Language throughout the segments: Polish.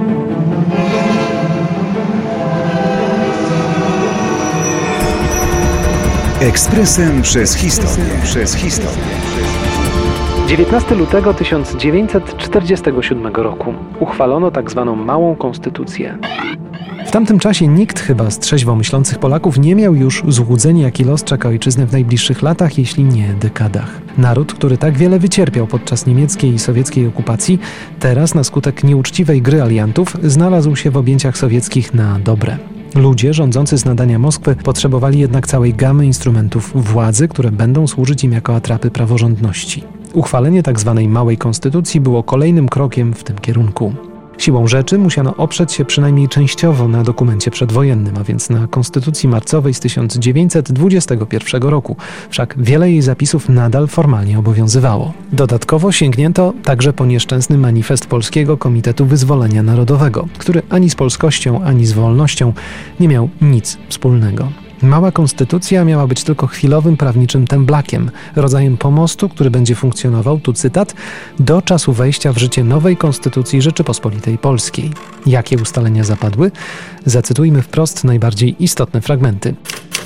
Ekspresem przez historię. 19 lutego 1947 roku uchwalono tzw. Małą Konstytucję. W tamtym czasie nikt chyba z trzeźwo myślących Polaków nie miał już złudzeń, jaki los czeka ojczyznę w najbliższych latach, jeśli nie dekadach. Naród, który tak wiele wycierpiał podczas niemieckiej i sowieckiej okupacji, teraz na skutek nieuczciwej gry aliantów znalazł się w objęciach sowieckich na dobre. Ludzie rządzący z nadania Moskwy potrzebowali jednak całej gamy instrumentów władzy, które będą służyć im jako atrapy praworządności. Uchwalenie tzw. Małej Konstytucji było kolejnym krokiem w tym kierunku. Siłą rzeczy musiano oprzeć się przynajmniej częściowo na dokumencie przedwojennym, a więc na Konstytucji marcowej z 1921 roku. Wszak wiele jej zapisów nadal formalnie obowiązywało. Dodatkowo sięgnięto także po nieszczęsny manifest Polskiego Komitetu Wyzwolenia Narodowego, który ani z polskością, ani z wolnością nie miał nic wspólnego. Mała konstytucja miała być tylko chwilowym prawniczym temblakiem, rodzajem pomostu, który będzie funkcjonował, tu cytat, do czasu wejścia w życie nowej Konstytucji Rzeczypospolitej Polskiej. Jakie ustalenia zapadły? Zacytujmy wprost najbardziej istotne fragmenty.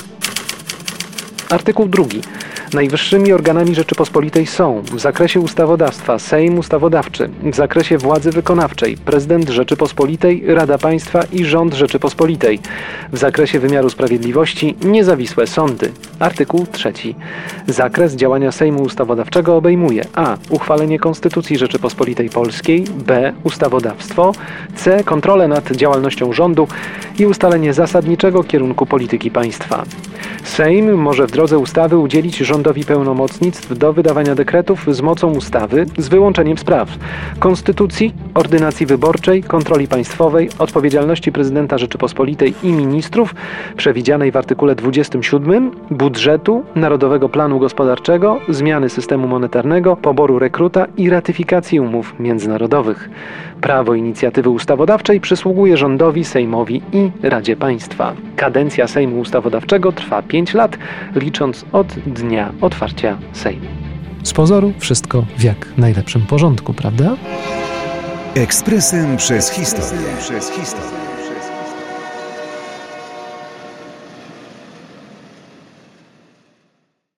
Artykuł 2. Najwyższymi organami Rzeczypospolitej są w zakresie ustawodawstwa Sejm Ustawodawczy, w zakresie władzy wykonawczej Prezydent Rzeczypospolitej, Rada Państwa i Rząd Rzeczypospolitej, w zakresie wymiaru sprawiedliwości niezawisłe sądy. Artykuł 3. Zakres działania Sejmu Ustawodawczego obejmuje a. uchwalenie Konstytucji Rzeczypospolitej Polskiej, b. ustawodawstwo, c. kontrolę nad działalnością rządu i ustalenie zasadniczego kierunku polityki państwa. Sejm może w drodze ustawy udzielić rządowi pełnomocnictw do wydawania dekretów z mocą ustawy z wyłączeniem spraw konstytucji, ordynacji wyborczej, kontroli państwowej, odpowiedzialności prezydenta Rzeczypospolitej i ministrów przewidzianej w artykule 27, budżetu, Narodowego Planu Gospodarczego, zmiany systemu monetarnego, poboru rekruta i ratyfikacji umów międzynarodowych. Prawo inicjatywy ustawodawczej przysługuje rządowi, Sejmowi i Radzie Państwa. Kadencja Sejmu Ustawodawczego trwa 5 lat, licząc od dnia otwarcia Sejmu. Z pozoru wszystko w jak najlepszym porządku, prawda? Ekspresem przez historię.